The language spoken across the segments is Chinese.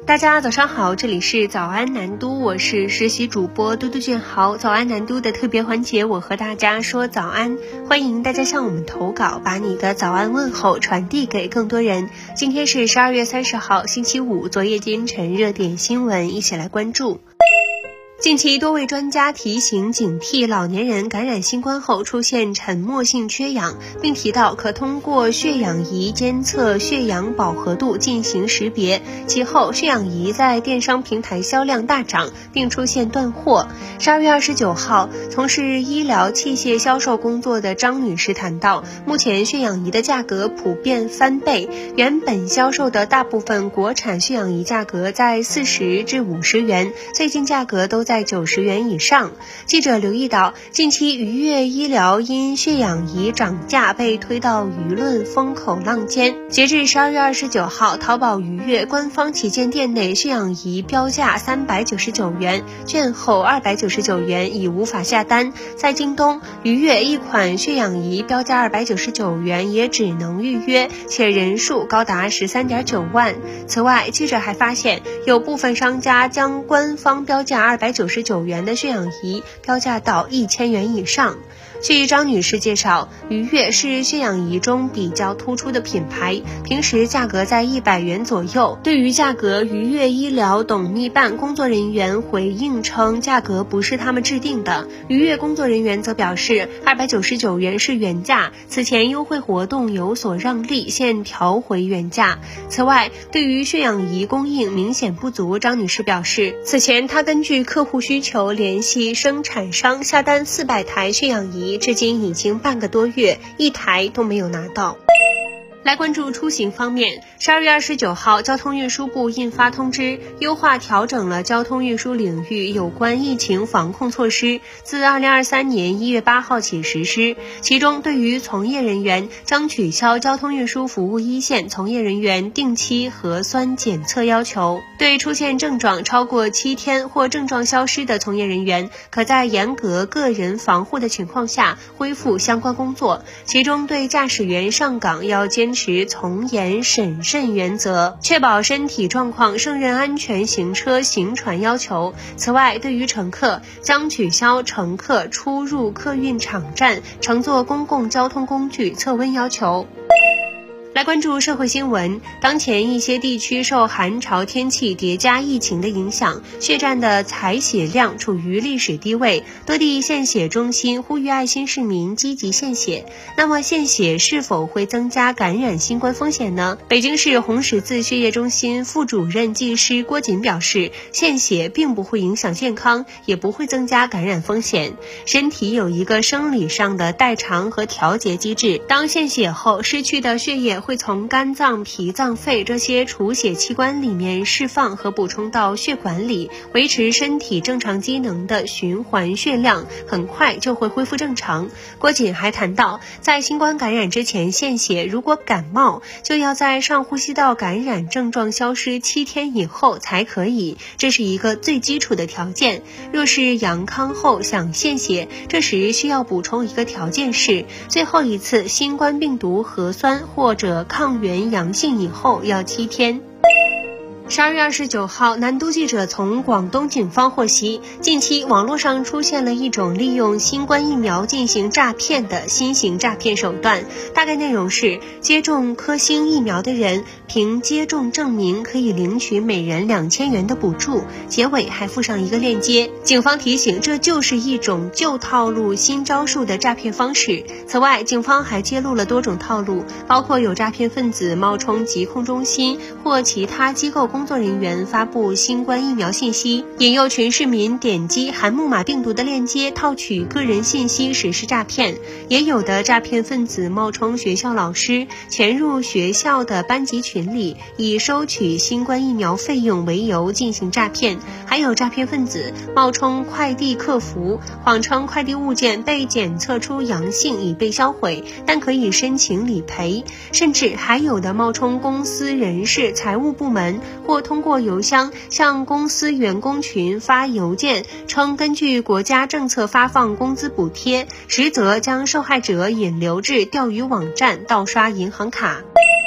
大家早上好，这里是早安南都，我是实习主播嘟嘟卷豪。早安南都的特别环节，我和大家说早安，欢迎大家向我们投稿，把你的早安问候传递给更多人。今天是12月30号星期五，昨夜今晨热点新闻一起来关注。近期多位专家提醒警惕老年人感染新冠后出现沉默性缺氧，并提到可通过血氧仪监测血氧饱和度进行识别。其后血氧仪在电商平台销量大涨，并出现断货。12月29号，从事医疗器械销售工作的张女士谈到，目前血氧仪的价格普遍翻倍，原本销售的大部分国产血氧仪价格在40至50元，最近价格都在90元以上。记者留意到，近期愉悦医疗因血氧仪涨价被推到舆论风口浪尖。截至12月29号，淘宝愉悦官方旗舰店内血氧仪标价399元，券后299元已无法下单。在京东，愉悦一款血氧仪标价299元也只能预约，且人数高达13.9万。此外，记者还发现，有部分商家将官方标价299元的血氧仪标价到1000元以上。据张女士介绍，愉悦是血氧仪中比较突出的品牌，平时价格在100元左右。对于价格，愉悦医疗董秘办工作人员回应称，价格不是他们制定的。愉悦工作人员则表示，299元是原价，此前优惠活动有所让利，现调回原价。此外，对于血氧仪供应明显不足，张女士表示，此前她根据客户需求联系生产商下单400台血氧仪，至今已经半个多月，一台都没有拿到。来关注出行方面，12月29号，交通运输部印发通知，优化调整了交通运输领域有关疫情防控措施，自2023年1月8号起实施。其中，对于从业人员将取消交通运输服务一线从业人员定期核酸检测要求，对出现症状超过7天或症状消失的从业人员，可在严格个人防护的情况下恢复相关工作。其中，对驾驶员上岗要坚持从严审慎原则，确保身体状况，胜任安全行车行船要求。此外，对于乘客，将取消乘客出入客运场站乘坐公共交通工具测温要求。来关注社会新闻，当前一些地区受寒潮天气叠加疫情的影响，血站的采血量处于历史低位，多地献血中心呼吁爱心市民积极献血。那么献血是否会增加感染新冠风险呢？北京市红十字血液中心副主任技师郭锦表示，献血并不会影响健康，也不会增加感染风险。身体有一个生理上的代偿和调节机制，当献血后失去的血液会从肝脏、脾脏、肺这些储血器官里面释放和补充到血管里，维持身体正常机能的循环血量，很快就会恢复正常。郭锦还谈到，在新冠感染之前献血，如果感冒，就要在上呼吸道感染症状消失7天以后才可以，这是一个最基础的条件。若是阳康后想献血，这时需要补充一个条件是，最后一次新冠病毒核酸或者抗原阳性以后要7天。12月29号，南都记者从广东警方获悉，近期网络上出现了一种利用新冠疫苗进行诈骗的新型诈骗手段。大概内容是，接种科兴疫苗的人凭接种证明可以领取每人2000元的补助，结尾还附上一个链接。警方提醒，这就是一种旧套路新招数的诈骗方式。此外，警方还揭露了多种套路，包括有诈骗分子冒充疾控中心或其他机构工作人员发布新冠疫苗信息，引诱群市民点击含木马病毒的链接套取个人信息实施诈骗。也有的诈骗分子冒充学校老师，潜入学校的班级群里，以收取新冠疫苗费用为由进行诈骗。还有诈骗分子冒充快递客服，谎称快递物件被检测出阳性已被销毁，但可以申请理赔。甚至还有的冒充公司人事财务部门，或通过邮箱向公司员工群发邮件，称根据国家政策发放工资补贴，实则将受害者引流至钓鱼网站盗刷银行卡。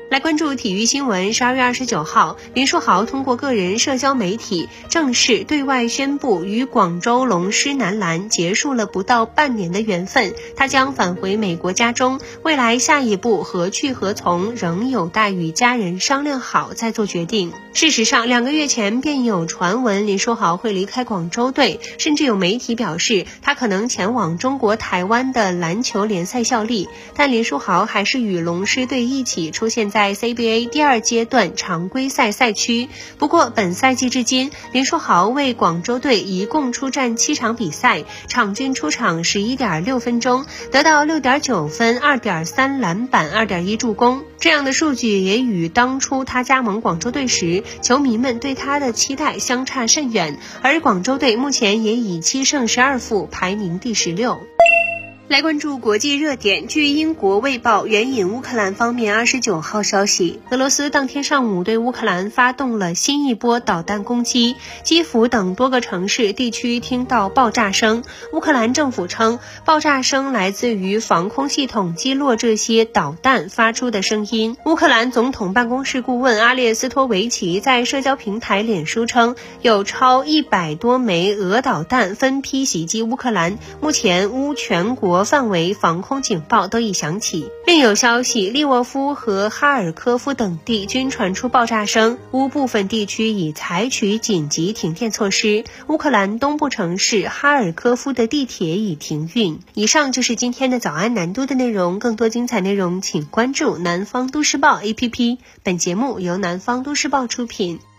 来关注体育新闻。12月29号，林书豪通过个人社交媒体正式对外宣布，与广州龙狮男篮结束了不到半年的缘分，他将返回美国家中，未来下一步何去何从，仍有待与家人商量好再做决定。事实上，2个月前便有传闻林书豪会离开广州队，甚至有媒体表示他可能前往中国台湾的篮球联赛效力，但林书豪还是与龙狮队一起出现在CBA 第2阶段常规赛赛区。不过本赛季至今，林书豪为广州队一共出战7场比赛，场均出场 11.6 分钟，得到 6.9 分、2.3 篮板、2.1 助攻。这样的数据也与当初他加盟广州队时球迷们对他的期待相差甚远，而广州队目前也以7胜12负排名第16。来关注国际热点。据英国卫报援引乌克兰方面29号消息，俄罗斯当天上午对乌克兰发动了新一波导弹攻击，基辅等多个城市地区听到爆炸声。乌克兰政府称，爆炸声来自于防空系统击落这些导弹发出的声音。乌克兰总统办公室顾问阿列斯托维奇在社交平台脸书称，有超100多枚俄导弹分批袭击乌克兰，目前乌全国范围防空警报都已响起。另有消息，利沃夫和哈尔科夫等地均传出爆炸声，乌部分地区已采取紧急停电措施。乌克兰东部城市哈尔科夫的地铁已停运。以上就是今天的早安南都的内容，更多精彩内容请关注南方都市报 APP。本节目由南方都市报出品。